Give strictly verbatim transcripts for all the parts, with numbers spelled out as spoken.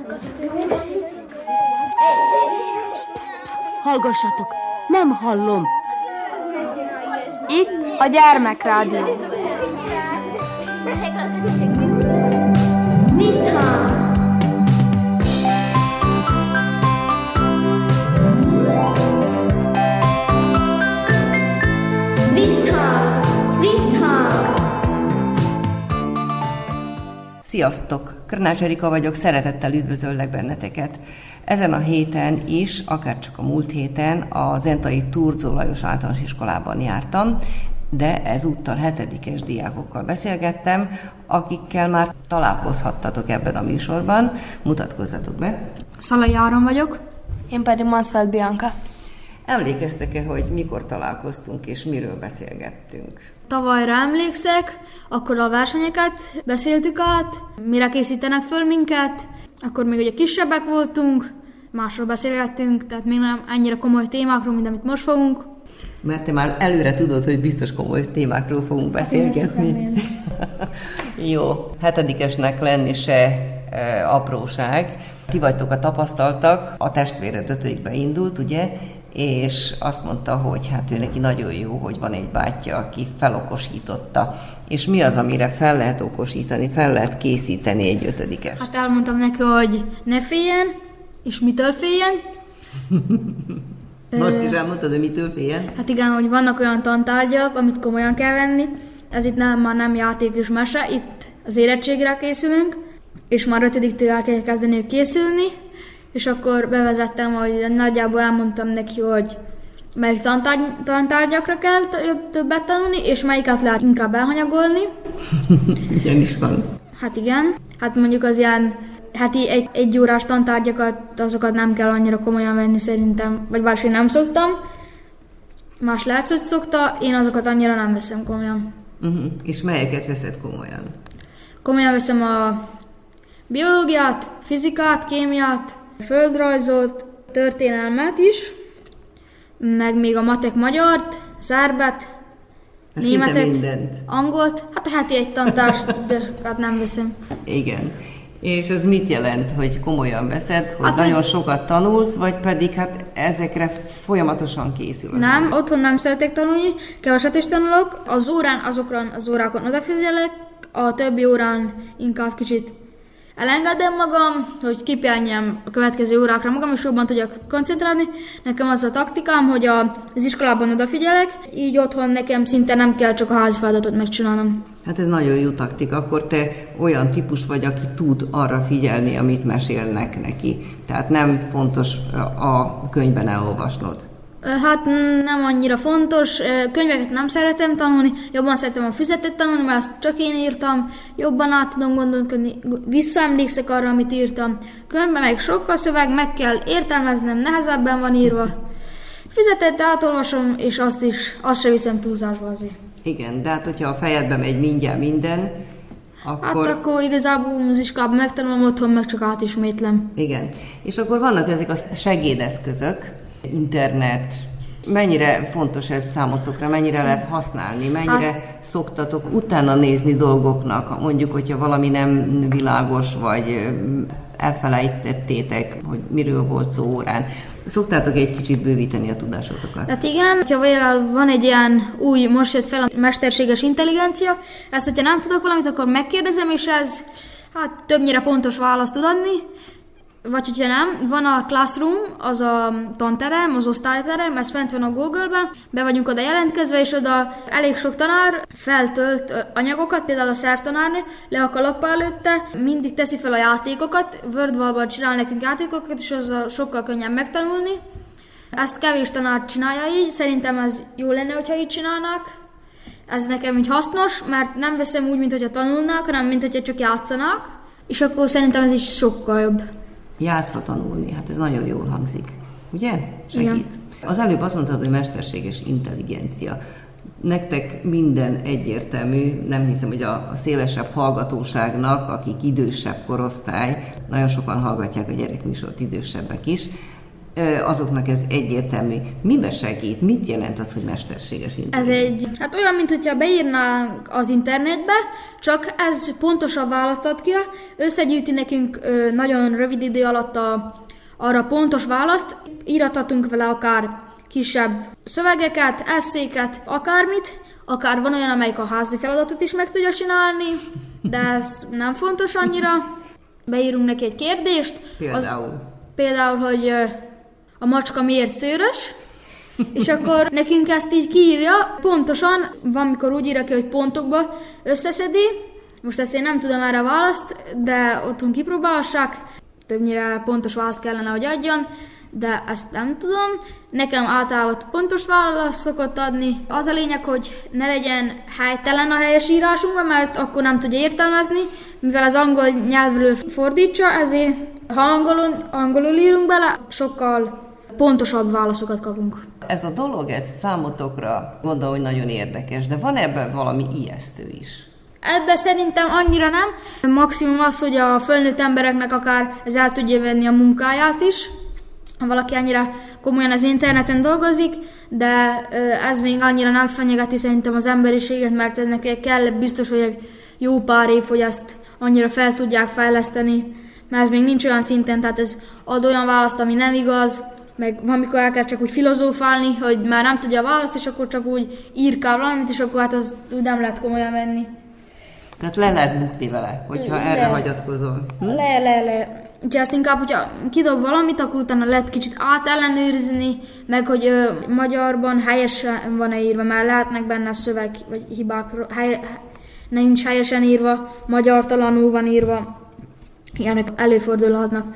Hallgassatok, nem hallom. Itt a Gyermekrádió. Visszhang. Visszhang. Visszhang. Sziasztok! Krnács Erika vagyok, szeretettel üdvözöllek benneteket. Ezen a héten is, akárcsak a múlt héten a zentai Turzó Lajos Általános Iskolában jártam, de ezúttal hetedikes diákokkal beszélgettem, akikkel már találkozhattatok ebben a műsorban. Mutatkozzatok be! Szalai Áron vagyok. Én pedig Mansfeld Bianca. Emlékeztek-e, hogy mikor találkoztunk és miről beszélgettünk? Tavalyra emlékszek, akkor a versenyeket beszéltük át, mire készítenek föl minket, akkor még ugye kisebbek voltunk, másról beszélgettünk, tehát még nem ennyire komoly témákról, mint amit most fogunk. Mert te már előre tudod, hogy biztos komoly témákról fogunk beszélgetni. Jó, hetedikesnek lenni se e, apróság. Ti vagytok a tapasztaltak, a testvéred ötödikbe indult, ugye? És azt mondta, hogy hát ő neki nagyon jó, hogy van egy bátyja, aki felokosította. És mi az, amire fel lehet okosítani, fel lehet készíteni egy ötödikest? Hát elmondtam neki, hogy ne féljen, és mitől féljen. Azt is elmondtad, hogy mitől féljen? Hát igen, hogy vannak olyan tantárgyak, amit komolyan kell venni. Ez itt nem, már nem játék és mese, itt az érettségre készülünk, és már ötödiktől el kell kezdeni készülni. És akkor bevezettem, hogy nagyjából elmondtam neki, hogy melyik tantárgy, tantárgyakra kell többet tanulni, és melyiket lehet inkább elhanyagolni. Ilyen is van. Hát igen. Hát mondjuk az ilyen heti egy, egy órás tantárgyakat, azokat nem kell annyira komolyan venni szerintem, vagy bár én nem szoktam. Más lehet, hogy szokta, én azokat annyira nem veszem komolyan. Uh-huh. És melyeket veszed komolyan? Komolyan veszem a biológiát, fizikát, kémiát, földrajzot, történelmet is, meg még a matek magyart, szerbet, hát németet, angolt. Hát a heti egy tantárgyat nem veszem. Igen. És ez mit jelent, hogy komolyan veszed, hogy hát, nagyon hogy... sokat tanulsz, vagy pedig hát ezekre folyamatosan készül? Nem, ember. Otthon nem szeretek tanulni, keveset is tanulok. Az órán, azokra az órákon odafigyelek, a többi órán inkább kicsit elengedem magam, hogy kipihenjem a következő órákra magam, és jobban tudjak koncentrálni. Nekem az a taktikám, hogy az iskolában odafigyelek, így otthon nekem szinte nem kell csak a házi feladatot megcsinálnom. Hát ez nagyon jó taktika, akkor te olyan típus vagy, aki tud arra figyelni, amit mesélnek neki. Tehát nem fontos a könyvben elolvasnod. Hát nem annyira fontos, könyveket nem szeretem tanulni, jobban szeretem a füzetet tanulni, mert azt csak én írtam, jobban át tudom gondolkodni, visszaemlékszek arra, amit írtam. Könyvben meg sokkal szöveg, meg kell értelmeznem, nehezebben van írva. Füzetet átolvasom, és azt is, azt se viszem túlzásba azért. Igen, de hát hogyha a fejedbe megy mindjárt minden, akkor... Hát akkor igazából az iskolában megtanulom, otthon meg csak átismétlem. Igen, és akkor vannak ezek a segédeszközök, internet, mennyire fontos ez számotokra, mennyire lehet használni, mennyire hát, szoktatok utána nézni dolgoknak, mondjuk, hogyha valami nem világos, vagy elfelejtettétek, hogy miről volt szó órán. Szoktátok egy kicsit bővíteni a tudásotokat? Hát igen, hogyha van egy ilyen új, most jött fel a mesterséges intelligencia, ezt, hogyha nem tudok valamit, akkor megkérdezem, és ez hát többnyire pontos választ tud adni. Vagy hogyha nem, van a Classroom, az a tanterem, az osztályterem, ez fent van a Google-ben, be vagyunk oda jelentkezve, és oda elég sok tanár feltölt anyagokat, például a szertanárnő, le a kalappa előtte, mindig teszi fel a játékokat, Word-valban csinál nekünk játékokat, és az sokkal könnyebb megtanulni. Ezt kevés tanár csinálja így, szerintem ez jó lenne, hogyha így csinálnák. Ez nekem így hasznos, mert nem veszem úgy, mint hogyha tanulnák, hanem mint hogyha csak játszanak, és akkor szerintem ez is sokkal jobb. Játszva tanulni, hát ez nagyon jól hangzik, ugye? Segít. Igen. Az előbb azt mondtad, hogy mesterséges intelligencia. Nektek minden egyértelmű, nem hiszem, hogy a, a szélesebb hallgatóságnak, akik idősebb korosztály, nagyon sokan hallgatják a gyerekműsort, idősebbek is, azoknak ez egyértelmű. Mibe segít? Mit jelent az, hogy mesterséges intelligencia? Ez egy, hát olyan, mintha beírnánk az internetbe, csak ez pontosabb választ ad ki, összegyűjti nekünk ö, nagyon rövid idő alatt a, arra pontos választ, íratatunk vele akár kisebb szövegeket, esszéket, akármit, akár van olyan, amelyik a házi feladatot is meg tudja csinálni, de ez nem fontos annyira. Beírunk neki egy kérdést. Például? Az, például, hogy ö, a macska miért szőrös, és akkor nekünk ezt így kiírja, pontosan, van mikor úgy írja ki, hogy pontokba összeszedi, most ezt én nem tudom erre a választ, de otthon kipróbálhassák, többnyire pontos választ kellene, hogy adjon, de ezt nem tudom. Nekem általában pontos választ szokott adni. Az a lényeg, hogy ne legyen helytelen a helyes írásunkban, mert akkor nem tudja értelmezni, mivel az angol nyelvről fordítsa, ezért ha angolul, angolul írunk bele, sokkal pontosabb válaszokat kapunk. Ez a dolog, ez számotokra gondolom, hogy nagyon érdekes, de van ebben valami ijesztő is? Ebben szerintem annyira nem. Maximum az, hogy a fölnőtt embereknek akár ez el tudja venni a munkáját is, ha valaki annyira komolyan az interneten dolgozik, de ez még annyira nem fenyegeti szerintem az emberiséget, mert ez neki kell biztos, hogy egy jó pár év, hogy ezt annyira fel tudják fejleszteni, mert ez még nincs olyan szinten, tehát ez ad olyan választ, ami nem igaz, meg van, mikor el kell csak úgy filozófálni, hogy már nem tudja a választ, és akkor csak úgy írkál valamit, és akkor hát az úgy nem lehet komolyan venni. Tehát le lehet bukni vele, hogyha le. erre hagyatkozol. Hm? Le, le, le. Úgyhogy azt inkább, hogyha kidob valamit, akkor utána lehet kicsit átellenőrizni, meg hogy ö, magyarban helyesen van-e írva, mert lehetnek benne szöveg, vagy hibák, hely, nincs helyesen írva, magyartalanul van írva, ilyenek előfordulhatnak.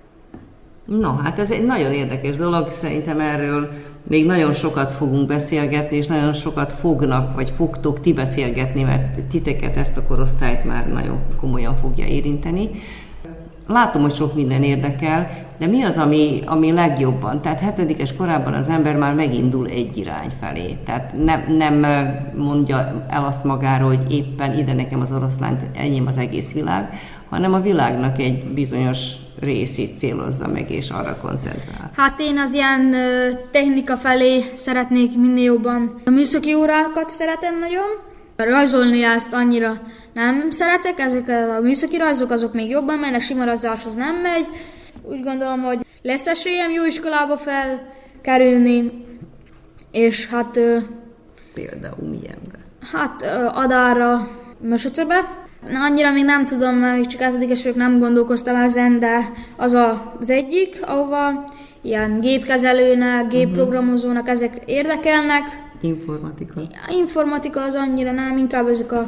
No, hát ez egy nagyon érdekes dolog, szerintem erről még nagyon sokat fogunk beszélgetni, és nagyon sokat fognak, vagy fogtok ti beszélgetni, mert titeket, ezt a korosztályt már nagyon komolyan fogja érinteni. Látom, hogy sok minden érdekel, de mi az, ami, ami legjobban? Tehát hetedikes korában az ember már megindul egy irány felé. Tehát nem, nem mondja el azt magáról, hogy éppen ide nekem az oroszlánt, enyém az egész világ, hanem a világnak egy bizonyos részét célozza meg, és arra koncentrál. Hát én az ilyen ö, technika felé szeretnék minél jobban. A műszaki órákat szeretem nagyon. Rajzolni ezt annyira nem szeretek, ezek a műszaki rajzok azok még jobban mennek, sima rajzolás az nem megy. Úgy gondolom, hogy lesz esélyem jó iskolába felkerülni, és hát... Ö, Például milyenbe? Hát ö, Adárra, Mösöcöbe. Na, annyira még nem tudom, mert még csak átadikes vagyok, nem gondolkoztam ezen, de az a, az egyik, ahova ilyen gépkezelőnek, gépprogramozónak ezek érdekelnek. Informatika? Informatika az annyira nem, inkább ezek a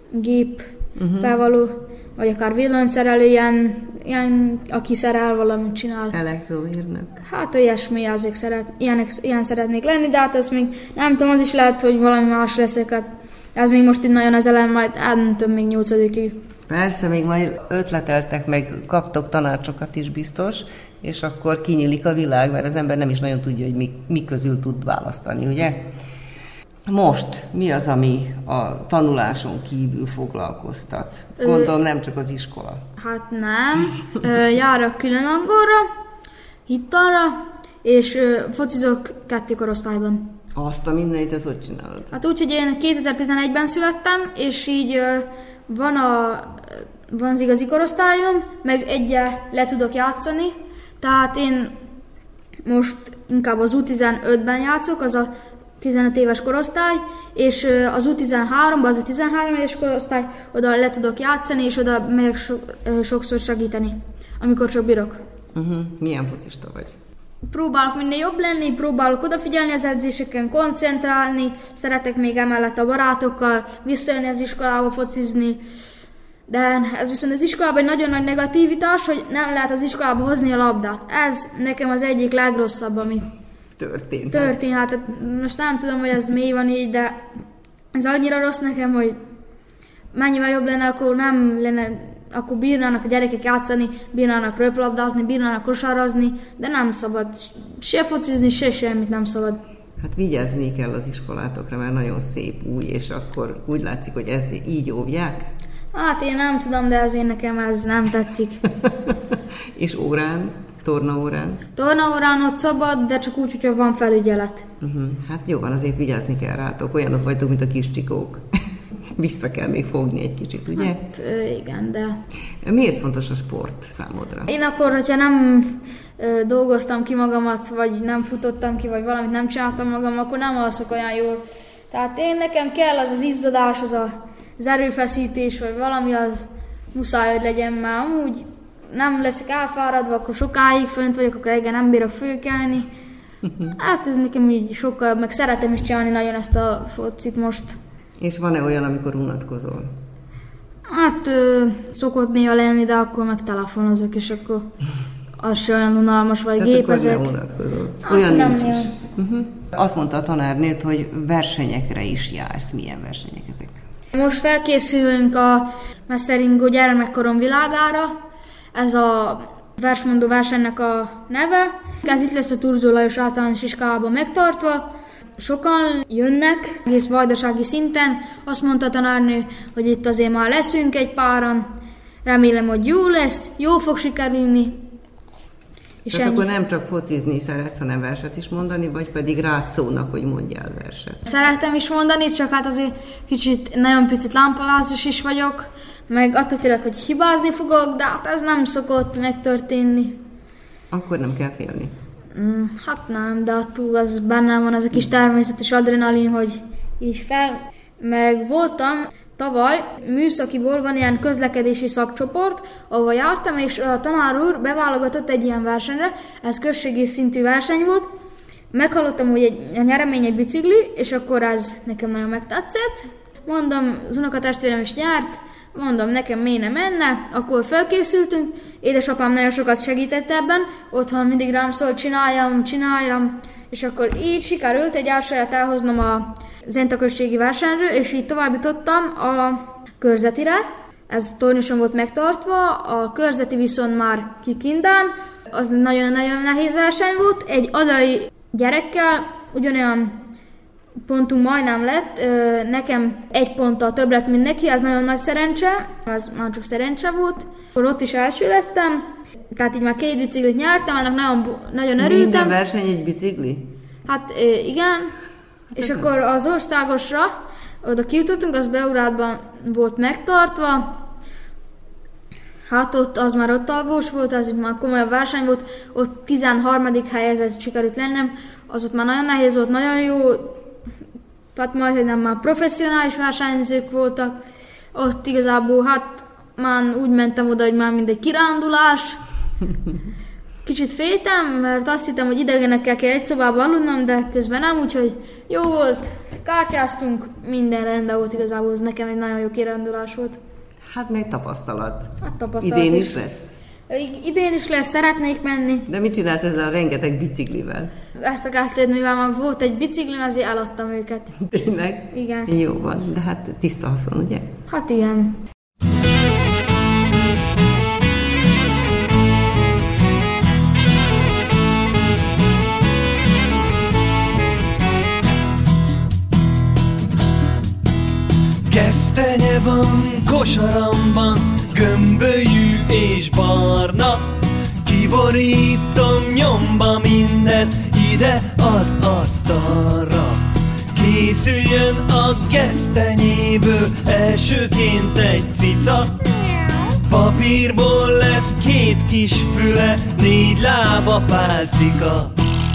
gépbe uh-huh. való, vagy akár villanyszerelő, ilyen, ilyen, aki szerel valamit csinál. Elektromérnök? Hát olyasmi, azért szeret, ilyenek, ilyen szeretnék lenni, de hát ez még nem tudom, az is lehet, hogy valami más leszek. Hát ez még most itt nagyon az elem, majd elmentem még nyolcadikig. Persze, még majd ötleteltek, meg kaptok tanácsokat is biztos, és akkor kinyílik a világ, mert az ember nem is nagyon tudja, hogy mi, mi közül tud választani, ugye? Most mi az, ami a tanuláson kívül foglalkoztat? Gondolom nem csak az iskola. Hát nem. Járok külön angolra, hittanra, és focizok kettő korosztályban. Azt a mindenit, ezt hogy csinálod? Hát úgy, hogy én kétezer-tizenegyben születtem, és így van, a, van az igazi korosztályom, meg egyel le tudok játszani, tehát én most inkább az U tizenötben játszok, az a tizenöt éves korosztály, és az U tizenháromban, az a tizenhárom éves korosztály, oda le tudok játszani, és oda megyek so, sokszor segíteni, amikor csak bírok. Uh-huh. Milyen focista vagy? Próbálok minél jobb lenni, próbálok odafigyelni az edzéseken, koncentrálni, szeretek még emellett a barátokkal visszajönni az iskolába focizni, de ez viszont az iskolában egy nagyon nagy negativitás, hogy nem lehet az iskolába hozni a labdát. Ez nekem az egyik legrosszabb, ami történt. Történt, hát most nem tudom, hogy ez miért van így, de ez annyira rossz nekem, hogy mennyivel jobb lenne, akkor nem lenne, akkor bírnának a gyerekek játszani, bírnának röplabdázni, bírnának kosarazni, de nem szabad se focizni, se semmit nem szabad. Hát vigyázni kell az iskolátokra, mert nagyon szép, új, és akkor úgy látszik, hogy ez így óvják? Hát én nem tudom, de azért nekem ez nem tetszik. És órán? tornaórán? Tornaórán ott szabad, de csak úgy, hogyha van felügyelet. Uh-huh. Hát jó van, azért vigyázni kell rátok. Olyanok vagytok, mint a kis csikók. Vissza kell még fogni egy kicsit, ugye? Hát igen, de... Miért fontos a sport számodra? Én akkor, hogyha nem ö, dolgoztam ki magamat, vagy nem futottam ki, vagy valamit nem csináltam magam, akkor nem alszok olyan jól. Tehát én nekem kell az az izzadás, az a, az erőfeszítés, vagy valami, az muszáj, hogy legyen már. Amúgy nem leszek elfáradva, akkor sokáig fönt vagyok, akkor reggel nem bírok fölkelni. Hát ez nekem így sokkal, meg szeretem is csinálni nagyon ezt a focit most. És van-e olyan, amikor unatkozol? Hát ö, szokott néha lenni, de akkor meg telefonozok, és akkor az se olyan unalmas, vagy tehát gépezek. akkor nem unatkozol. Hát Olyan nem nincs is. ilyen. Uh-huh. Azt mondta a tanárnőd, hogy versenyekre is jársz. Milyen versenyek ezek? Most felkészülünk a Meszteringó gyermekkorom világára. Ez a versmondó versenynek a neve. Ez itt lesz a Turzó Lajos általános iskolában megtartva. Sokan jönnek, egész vajdasági szinten. Azt mondta a tanárnő, hogy itt azért már leszünk egy páran. Remélem, hogy jó lesz, jó fog sikerülni. És Tehát ennyi. akkor nem csak focizni szeretsz, hanem verset is mondani, vagy pedig rád szólnak, hogy mondjál verset? Szeretem is mondani, csak hát azért kicsit, nagyon picit lámpalázos is vagyok, meg attól félek, hogy hibázni fogok, de hát ez nem szokott megtörténni. Akkor nem kell félni. Mm, hát nem, de attól az bennem van az a kis természetes adrenalin, hogy így fel. Meg voltam tavaly műszakiból, van ilyen közlekedési szakcsoport, ahol jártam, és a tanár úr beválogatott egy ilyen versenyre, ez községi szintű verseny volt. Meghallottam, hogy egy, a nyeremény egy bicikli, és akkor ez nekem nagyon megtetszett. Mondom, az unokatestvérem is nyert, mondom, nekem miért nem menne, akkor felkészültünk, édesapám nagyon sokat segített ebben, otthon mindig rám szólt, csináljam, csináljam, és akkor így sikerült egy elsőját elhoznom a Zenta községi versenyről, és így továbbítottam a körzetire. Ez Tornyoson volt megtartva, a körzeti viszont már Kikindán, az nagyon-nagyon nehéz verseny volt, egy adai gyerekkel, ugyanolyan pontunk majdnem lett, nekem egy ponttal több lett, mint neki, ez nagyon nagy szerencse, az már csak szerencse volt. Akkor ott is első lettem, tehát így már két biciklit nyertem, ennek nagyon, nagyon örültem. Minden verseny egy bicikli? Hát igen, és akkor az országosra oda kijutottunk, az Beográdban volt megtartva, hát ott az már ott alvós volt, az már komolyabb verseny volt, ott tizenharmadik helyezett sikerült lennem, az ott már nagyon nehéz volt, nagyon jó, hát majd, hogy nem már professzionális versenyzők voltak, ott igazából hát már úgy mentem oda, hogy már mindegy kirándulás. Kicsit féltem, mert azt hittem, hogy idegenekkel kell egy szobában aludnom, de közben nem, úgyhogy jó volt, kártyáztunk, minden rendben volt igazából, ez nekem egy nagyon jó kirándulás volt. Hát még tapasztalat. Hát tapasztalat Idén is. is lesz? Idén is lesz, szeretnék menni. De mit csinálsz ezzel a rengeteg biciklivel? Ezt akartam tudni, mivel már volt egy biciklim, azért eladtam őket. Tényleg? Igen. Jó van, de hát tiszta haszon, ugye? Hát igen. Gesztenye van kosaramban, gömbölyű és barna. Kiborítom nyomba mindent, ide az asztalra. Készüljön a gesztenyéből elsőként egy cica. Papírból lesz két kis füle, négy lába pálcika.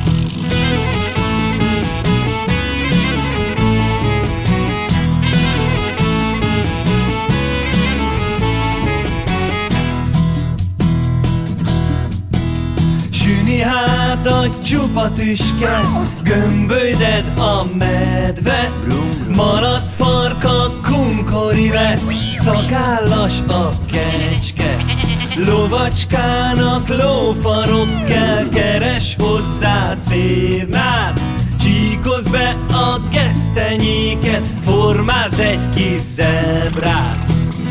Süni hát a csupa tüske, gömbölyded a medve. Malac farka kunkori lesz, szakállas a kecske. Lovacskának lófarok kell, keres hozzá cérnát. Csíkozz be a gesztenyéket, formáz egy kis zebrát.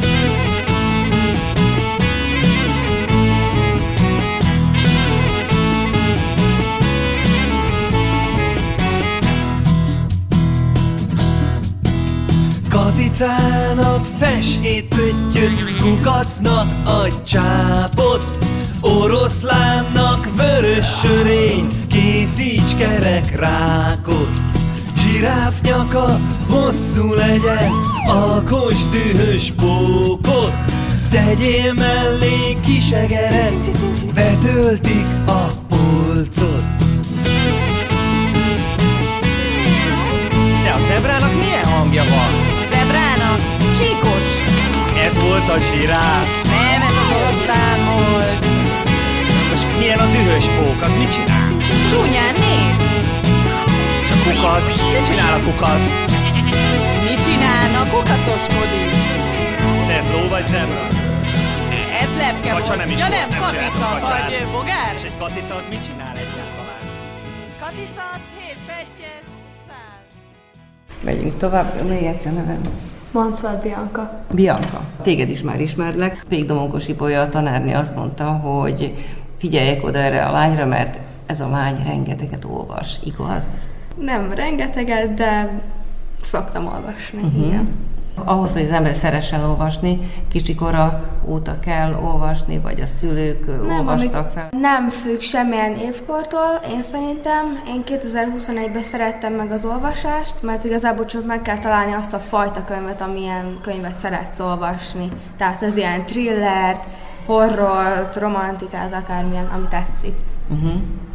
Katicának fes-ét pöttyöt, kukacnak a csápot, oroszlánnak sörény, készíts kerek rákot. Zsiráf nyaka hosszú legyen, alkos dühös pókot. Tegyél mellé kisegeret, betöltik a polcot. De a zebrának milyen hangja van? Zebrának csíkos. Ez volt a zsiráf. Nem, ez az oroszlán volt. Most milyen a dühös pók, az mit csinál? Csúnyán néz. És a kukac? Mit csinál a kukac? Mit csinálna? Kukacoskodik. De ez ló vagy zebra? Ez lepke Kacsa volt. nem is Ja volt, nem, nem katica csináltuk kacsát. vagy bogár. És egy katica az mit csinál egyáltalán? Katica az hét fettyes szál. Megyünk tovább, még egyszer nevem. Mansfeld Bianca. Bianca, téged is már ismerlek. Pék Domonkosi Bolya, a tanárnő azt mondta, hogy figyeljek oda erre a lányra, mert ez a lány rengeteget olvas, igaz? Nem rengeteget, de szoktam olvasni, uh-huh. igen. Ahhoz, hogy az ember szeressen olvasni, kicsikora óta kell olvasni, vagy a szülők nem, olvastak fel? Nem függ semmilyen évkortól, én szerintem. Én kétezer-huszonegyben szerettem meg az olvasást, mert igazából csak meg kell találni azt a fajta könyvet, amilyen könyvet szeretsz olvasni. Tehát az ilyen thrillert, horrort, romantikát, akármilyen, ami tetszik. Uh-huh.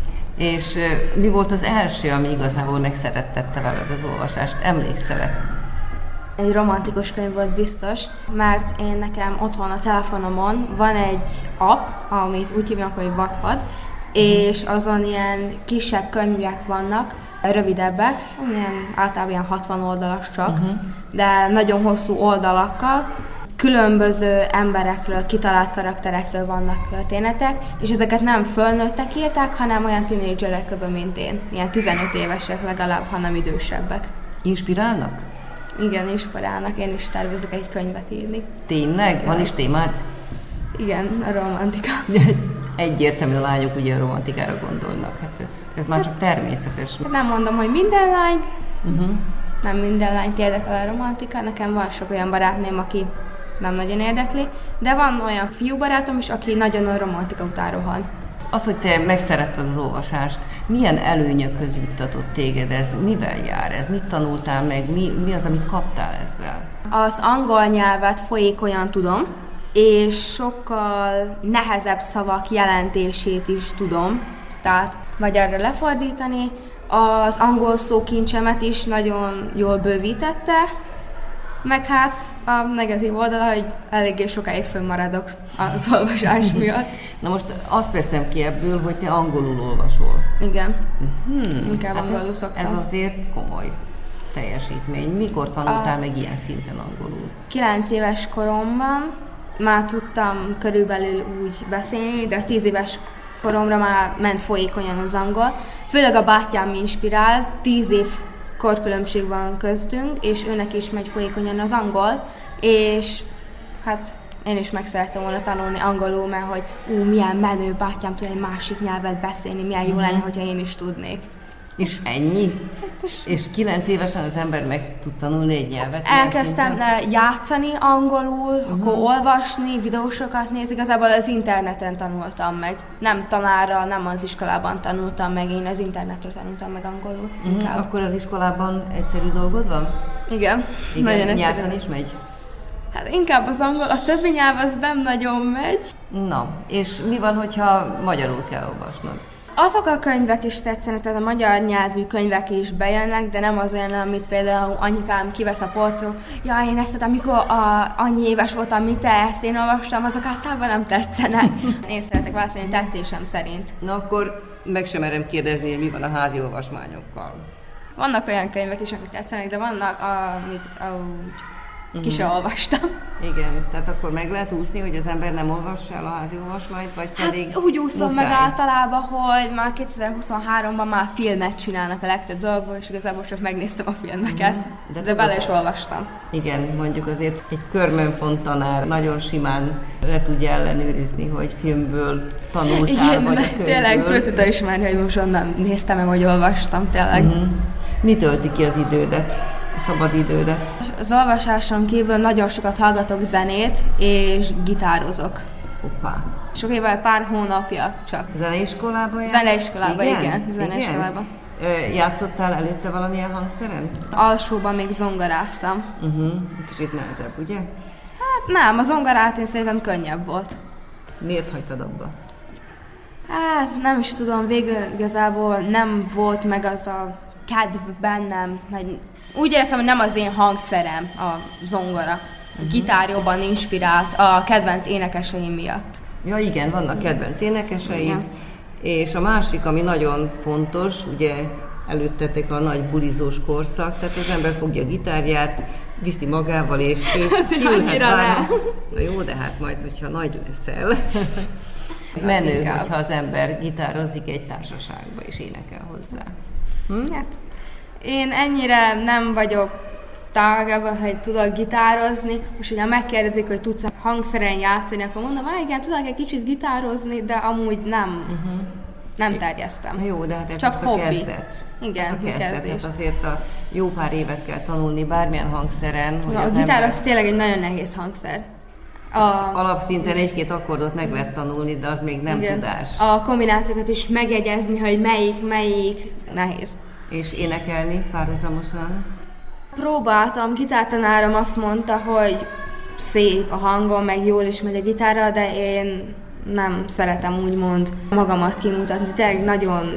És uh, mi volt az első, ami igazából megszerettette veled az olvasást? Emlékszel-e? Egy romantikus könyv volt biztos, mert én nekem otthon a telefonomon van egy app, amit úgy hívnak, hogy Wattpad, és azon ilyen kisebb könyvek vannak, rövidebbek, ilyen általában ilyen hatvan oldalas csak, uh-huh. de nagyon hosszú oldalakkal, különböző emberekről, kitalált karakterekről vannak történetek, és ezeket nem fölnőttek írták, hanem olyan tínédzserek, mint én, ilyen tizenöt évesek legalább, hanem idősebbek. Inspirálnak? Igen, inspirálnak, én is tervezek egy könyvet írni. Tényleg? Igen. Van is témád? Igen, a romantika. Egyértelműen a lányok ugye a romantikára gondolnak, hát ez, ez már csak természetes. Nem mondom, hogy minden lány, Uh-huh. nem minden lányt érdekel a romantika, nekem van sok olyan barátném, aki nem nagyon érdekli, de van olyan fiú barátom is, aki nagyon a romantika után rohan. Az, hogy te megszeretted az olvasást, milyen előnyökhöz juttatott téged ez? Mivel jár ez? Mit tanultál meg? Mi, mi az, amit kaptál ezzel? Az angol nyelvet folyékonyan tudom, és sokkal nehezebb szavak jelentését is tudom, tehát magyarra lefordítani. Az angol szókincsemet is nagyon jól bővítette, meg hát a negatív oldala, hogy eléggé sokáig fönnmaradok az olvasás miatt. Na most azt veszem ki ebből, hogy te angolul olvasol. Igen, Hmm, inkább hát angolul ez, szoktam. ez azért komoly teljesítmény. Mikor tanultál A... meg ilyen szinten angolul? Kilenc éves koromban már tudtam körülbelül úgy beszélni, de tíz éves koromra már ment folyékonyan az angol. Főleg a bátyám inspirál, tíz év korkülönbség van köztünk, és őnek is megy folyékonyan az angol, és hát én is meg szerettem volna tanulni angolul, mert hogy ú, milyen menő, bátyám tud egy másik nyelvet beszélni, milyen jó lenne, hogyha én is tudnék. És ennyi? És kilenc évesen az ember meg tud tanulni egy nyelvet? Elkezdtem le játszani angolul, uh-huh. akkor olvasni, videósokat nézni, igazából az interneten tanultam meg. Nem tanárral, nem az iskolában tanultam meg, én az internetről tanultam meg angolul. Uh-huh. Akkor az iskolában egyszerű dolgod van? Igen. Igen, nagyon nyelven is megy? Hát inkább az angol, a többi nyelv az nem nagyon megy. Na, és mi van, hogyha magyarul kell olvasnod? Azok a könyvek is tetszenek, tehát a magyar nyelvű könyvek is bejönnek, de nem az olyan, amit például anyukám kivesz a polcról. Ja, én ezt, amikor a, annyi éves voltam, mint te, ezt én olvastam, azok általában nem tetszenek. Én szeretek válaszolni tetszésem szerint. Na akkor meg sem merem kérdezni, hogy mi van a házi olvasmányokkal. Vannak olyan könyvek is, amik tetszenek, de vannak, amik ahogy ki sem olvastam. Igen, tehát akkor meg lehet úszni, hogy az ember nem olvassa el a házi olvasmányt, vagy pedig Hát úgy úszom muszáj. meg általában, hogy már kétezer-huszonháromban már filmet csinálnak a legtöbb dolgból, és igazából csak megnéztem a filmeket, mm, de, de bele is olvastam. Igen, mondjuk azért egy körmönfont tanár nagyon simán le tudja ellenőrizni, hogy filmből tanultál, Igen, vagy a könyvből. tényleg föl tudta ismerni, hogy most onnan néztem-e, vagy olvastam, tényleg. Mm-hmm. Mi tölti ki az idődet? A szabad idődet? Az olvasáson kívül nagyon sokat hallgatok zenét, és gitározok. Hoppá. Sok évvel pár hónapja csak. Zeneiskolában jársz? Zeneiskolában, igen. igen zeneiskolában. Igen? Játszottál előtte valamilyen hangszeren? Alsóban még zongoráztam. Uh-huh. Kicsit nehezebb, ugye? Hát nem, a zongorát én szerintem könnyebb volt. Miért hagytad abba? Hát nem is tudom, végül igazából nem volt meg az a kedv bennem. Hogy úgy éreztem, hogy nem az én hangszerem a zongora. A gitár jobban inspirált a kedvenc énekeseim miatt. Ja igen, vannak kedvenc énekeseid, és a másik, ami nagyon fontos, ugye előttetek a nagy bulizós korszak, tehát az ember fogja a gitárját, viszi magával, és kiülhet bár... Na jó, de hát majd, hogyha nagy leszel. Menő, inkább. Hogyha az ember gitározik egy társaságba, és énekel hozzá. Hm? Hát, én ennyire nem vagyok tágában, hogy tudok gitározni. Most ugye megkérdezik, hogy tudsz hangszeren játszani, akkor mondom, hogy igen, tudok egy kicsit gitározni, de amúgy nem, uh-huh. nem terjesztem. Jó, de hát csak hobbi. Kezdet. Igen, a kezdet. kezdés. Azért a jó pár évet kell tanulni bármilyen hangszeren. Hogy Na, az a gitár ember... az tényleg egy nagyon nehéz hangszer. A... Alapszinten egy-két akkordot meg lehet tanulni, de az még nem igen. tudás. A kombinációkat is megjegyezni, hogy melyik, melyik nehéz. És énekelni párhuzamosan? Próbáltam, gitártanárom azt mondta, hogy szép a hangom, meg jól is megy a gitárra, de én nem szeretem úgymond magamat kimutatni. Tényleg nagyon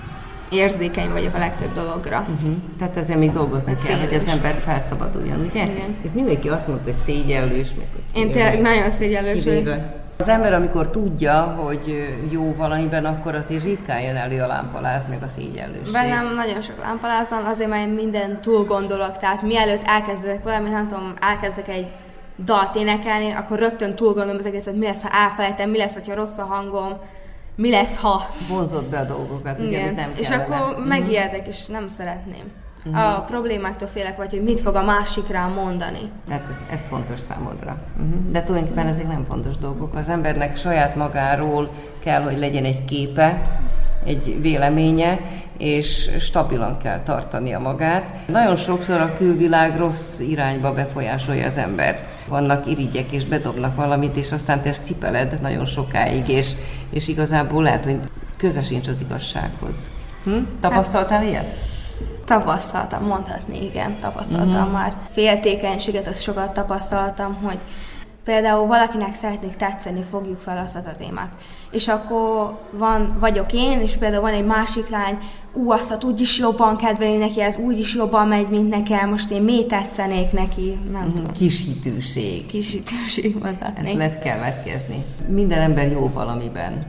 érzékeny vagyok a legtöbb dologra. Uh-huh. Tehát ezzel még dolgozni meg kell, félős. Hogy az ember felszabaduljon, ugye? Igen. Itt mindenki azt mondta, hogy szégyellős. Meg, hogy én tényleg nagyon szégyellős vagyok. Az ember, amikor tudja, hogy jó valamiben, akkor azért ritkán jön elő a lámpaláz, meg a szégyellőség. Bennem nagyon sok lámpaláz van, azért mert én minden túl gondolok, tehát mielőtt elkezdek valamit, nem tudom, elkezdek egy dalt énekelni, akkor rögtön túl gondolom az egészet, mi lesz, ha elfelejtem, mi lesz, hogyha rossz a hangom, mi lesz, ha... Vonzod be a dolgokat, ugye, amit nem és kellene. akkor uh-huh. megijedek, és nem szeretném. Uh-huh. A problémáktól félek, vagy hogy mit fog a másik rám mondani. Tehát ez, ez fontos számodra. Uh-huh. De tulajdonképpen ezek nem fontos dolgok. Az embernek saját magáról kell, hogy legyen egy képe, egy véleménye, és stabilan kell tartania magát. Nagyon sokszor a külvilág rossz irányba befolyásolja az embert. Vannak irigyek, és bedobnak valamit, és aztán te ezt cipeled nagyon sokáig, és, és igazából lehet, hogy köze sincs az igazsághoz. Hm? Tapasztaltál hát, ilyet? Tapasztaltam, mondhatni, igen, tapasztaltam uh-huh. már. Féltékenységet, azt sokat tapasztaltam, hogy például valakinek szeretnék tetszeni, fogjuk fel azt a témát. És akkor van, vagyok én, és például van egy másik lány, ú, azt úgyis jobban kedveli neki, ez úgyis jobban megy, mint nekem, most én miért tetszenék neki, nem uh-huh. tudom. Kishitűség. Kishitűség, mondhatnék. Ezt lehet kell vetkezni. Minden ember jó valamiben,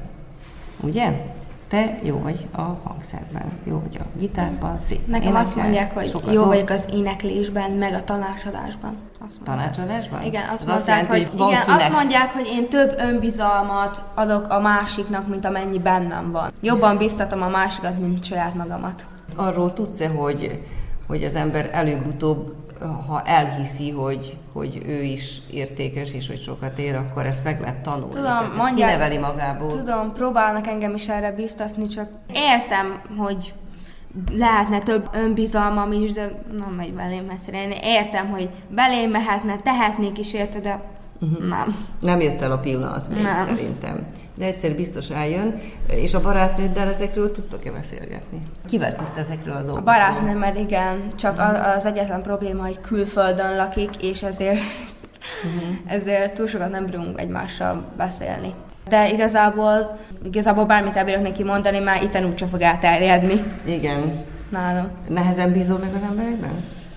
ugye? Te jó vagy a hangszerben, jó vagy a gitárban, szép. Nekem énekelsz, azt mondják, hogy jó dolg... vagyok az éneklésben, meg a tanácsadásban. Tanácsadásban? Igen, azt, az mondták, azt jelenti, hogy, hogy igen, kinek... azt mondják, hogy én több önbizalmat adok a másiknak, mint amennyi bennem van. Jobban biztatom a másikat, mint saját magamat. Arról tudsz-e, hogy, hogy az ember előbb-utóbb, ha elhiszi, hogy, hogy ő is értékes és hogy sokat ér, akkor ezt meg lehet tanulni. Tudom, tehát mondják, ezt kineveli magából. Tudom, próbálnak engem is erre biztatni, csak értem, hogy lehetne több önbizalmam is, de nem megy belém egyszerűen. Én értem, hogy belém mehetne, tehetnék is érte, de uh-huh. nem. Nem jött el a pillanat még nem. Szerintem. De egyszer biztos eljön, és a barátnőddel ezekről tudtok-e beszélgetni? Kivel tudsz ezekről a dolgokról? A barátnőmmel igen, csak az egyetlen probléma, hogy külföldön lakik, és ezért, uh-huh. ezért túl sokat nem bírunk egymással beszélni. De igazából, igazából bármit elbírok neki mondani, már itten úgyse fog elterjedni. Igen. Nálam. Nehezen bízol meg az emberekben?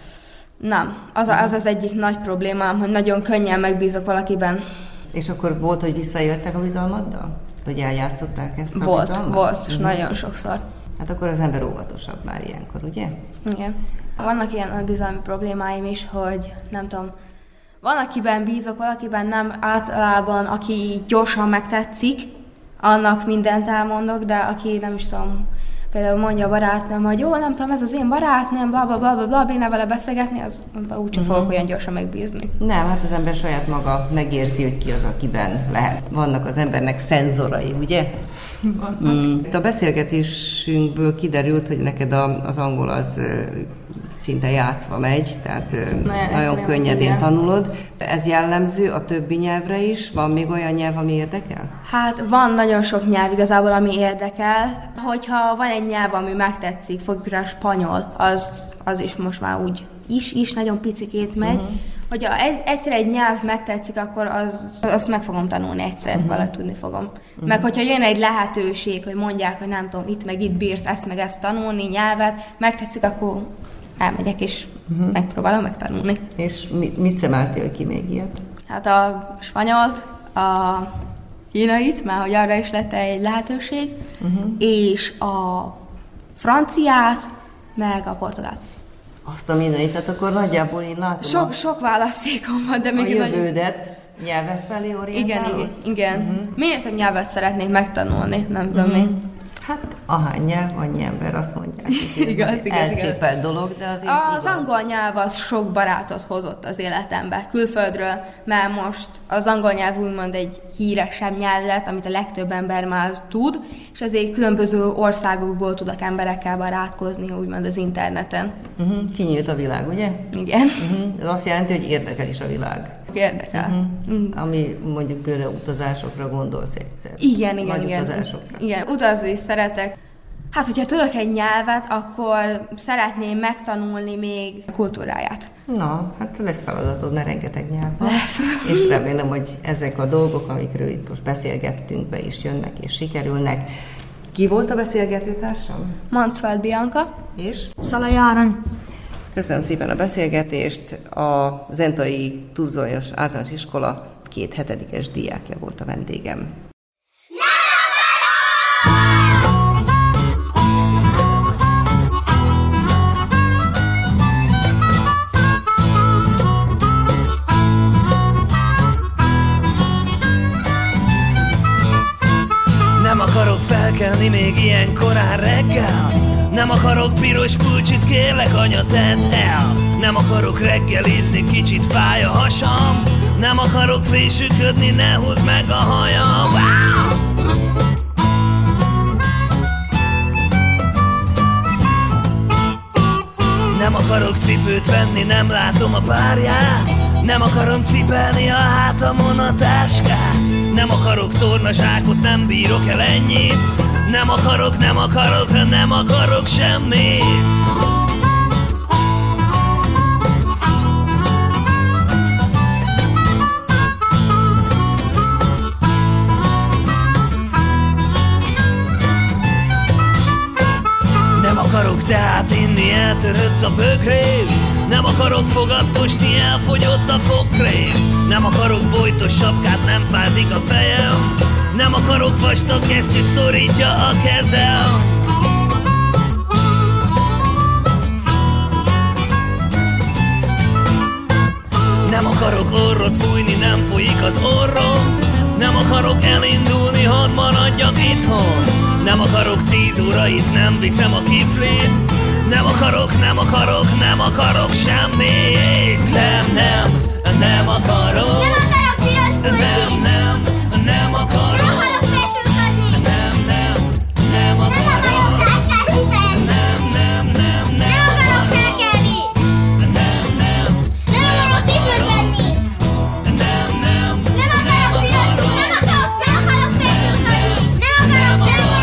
Nem. Az, a, az az egyik nagy problémám, hogy nagyon könnyen megbízok valakiben. És akkor volt, hogy visszajöttek a bizalmaddal? Hogy eljátszották ezt a volt, bizalmat? Volt, és uh-huh. nagyon sokszor. Hát akkor az ember óvatosabb már ilyenkor, ugye? Igen. Vannak ilyen önbizalmi problémáim is, hogy nem tudom, van, akiben bízok, valakiben nem, általában, aki gyorsan megtetszik, annak mindent elmondok, de aki nem is tudom, például mondja a barátnőm, hogy jó, nem tudom, ez az én barátnőm, bla bla bla bla, bla béne vele beszélgetni, az úgyse uh-huh. fogok olyan gyorsan megbízni. Nem, hát az ember saját maga megérzi, hogy ki az, akiben lehet. Vannak az embernek szenzorai, ugye? Mm. A beszélgetésünkből kiderült, hogy neked a, az angol az szinte játszva megy, tehát nagyon, nagyon könnyedén igen. tanulod. Ez jellemző a többi nyelvre is? Van még olyan nyelv, ami érdekel? Hát van nagyon sok nyelv igazából, ami érdekel. Hogyha van egy nyelv, ami megtetszik, fogjuk rá a spanyol, az, az is most már úgy is, is nagyon picikét megy. Uh-huh. Hogyha ez, egyszer egy nyelv megtetszik, akkor az, azt meg fogom tanulni egyszer, uh-huh. valahogy tudni fogom. Uh-huh. Meg hogyha jön egy lehetőség, hogy mondják, hogy nem tudom, itt meg itt bírsz ezt meg ezt tanulni, nyelvet, megtetszik, akkor elmegyek és uh-huh. megpróbálom megtanulni. És mit, mit szemeltél ki még ilyet? Hát a spanyolt, a kínait, már hogy arra is lett egy lehetőség, uh-huh. és a franciát, meg a portugált. Azt a mindenit, tehát akkor nagyjából én látom Sok, a, sok választékom van, de még a jövődet nagyon... nyelvek felé orientálódsz? Igen, igen. Uh-huh. Minél több nyelvet szeretnék megtanulni, nem tudom uh-huh. én. Hát ahány nyelv, annyi ember, azt mondják. igaz, igaz, elcsépelt dolog, de azért Az igaz. angol nyelv az sok barátot hozott az életembe, külföldről, mert most az angol nyelv úgymond egy híresebb nyelv lett, amit a legtöbb ember már tud, és ezért különböző országokból tudok emberekkel barátkozni, úgymond az interneten. Uh-huh. Kinyílt a világ, ugye? Igen. Uh-huh. Ez azt jelenti, hogy érdekel is a világ. Érdekel. Uh-huh. Uh-huh. Ami mondjuk például utazásokra gondolsz egyszer. Igen, igen, Nagy igen. utazásokra. Igen, utazni is szeretek. Hát, hogyha tudok egy nyelvet, akkor szeretném megtanulni még a kultúráját. Na, hát lesz feladatod, mert rengeteg nyelv van. Lesz. És remélem, hogy ezek a dolgok, amikről itt most beszélgettünk, be is jönnek és sikerülnek. Ki volt a beszélgetőtársam? Mansfeld Bianca. És? Szalai Áron. Köszönöm szépen a beszélgetést. A zentai Turzoljas Általános Iskola két hetedikes diákja volt a vendégem. Nem akarok felkelni még ilyen korán reggel. Nem akarok piros pulcsit, kérlek anya, tedd el. Nem akarok reggelizni, kicsit fáj a hasam. Nem akarok fésüködni, ne húzd meg a hajam. Wow! Nem akarok cipőt venni, nem látom a párját. Nem akarom cipelni a hátamon a táskát. Nem akarok tornazsákot, nem bírok el ennyit. Nem akarok, nem akarok, nem akarok semmit. Nem akarok teát inni, eltörött a bögrém. Nem akarok fogatosni, elfogyott a fokrém. Nem akarok bojtos sapkát, nem fázik a fejem. Nem akarok vastag kesztyűt, szorítja a kezem. Nem akarok orrot fújni, nem folyik az orrom. Nem akarok elindulni, hadd maradjak itthon. Nem akarok tíz órait, nem viszem a kiflit. Nem akarok, nem akarok, nem akarok semmit. Nem, nem, nem akarok. Nem, nem, nem akarok. Nem, nem, nem akarok. Nem, nem, nem, nem akarok. Nem, nem, nem akarok. Nem, nem, nem akarok. Nem, nem, nem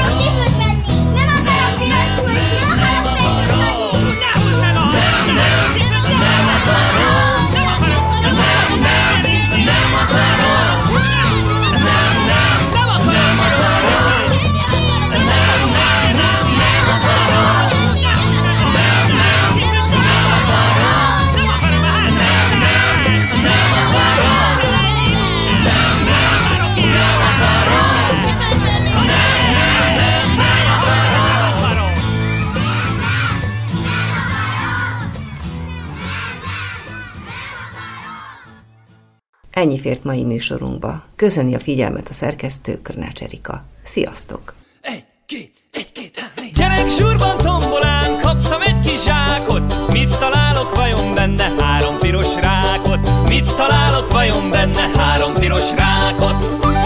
Ennyi fért mai műsorunkba. Köszöni a figyelmet a szerkesztő, Krnács Erika. Sziasztok! Egy, két, egy, két, hány. Gyerek zsúrban tombolán, kaptam egy kis zsákot. Mit találok vajon benne? Három piros rákot. Mit találok vajon benne? Három piros rákot.